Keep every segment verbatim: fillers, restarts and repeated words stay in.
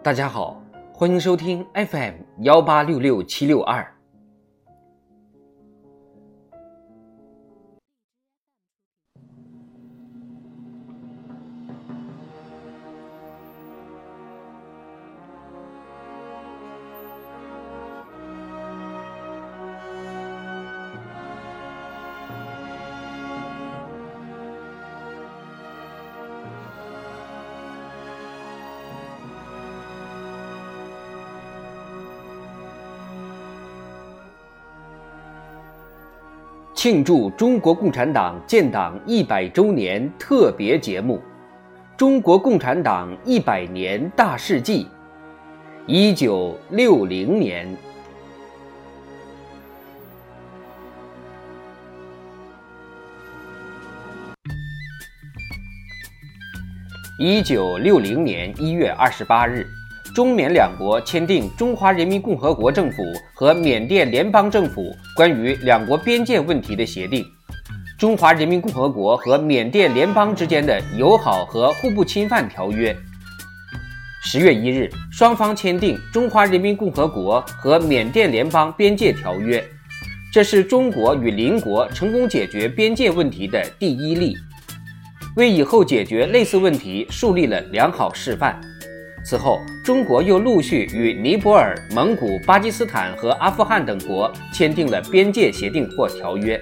大家好，欢迎收听 F M 一八六六七六二。庆祝中国共产党建党一百周年特别节目《中国共产党一百年大事记》。一九六零年，一九六零年一月二十八日，中缅两国签订中华人民共和国政府和缅甸联邦政府关于两国边界问题的协定，中华人民共和国和缅甸联邦之间的友好和互不侵犯条约。十月一日，双方签订中华人民共和国和缅甸联邦边界条约，这是中国与邻国成功解决边界问题的第一例，为以后解决类似问题树立了良好示范。此后，中国又陆续与尼泊尔、蒙古、巴基斯坦和阿富汗等国签订了边界协定或条约。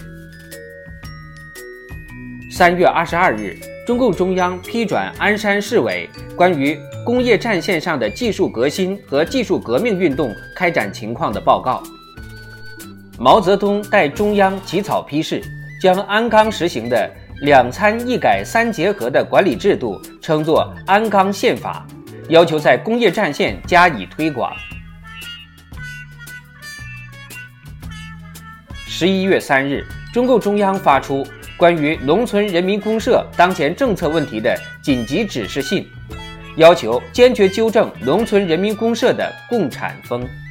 三月二十二日，中共中央批转鞍山市委关于工业战线上的技术革新和技术革命运动开展情况的报告。毛泽东代中央起草批示，将鞍钢实行的两参一改三结合的管理制度称作鞍钢宪法，要求在工业战线加以推广。十一月三日，中共中央发出关于农村人民公社当前政策问题的紧急指示信，要求坚决纠正农村人民公社的共产风。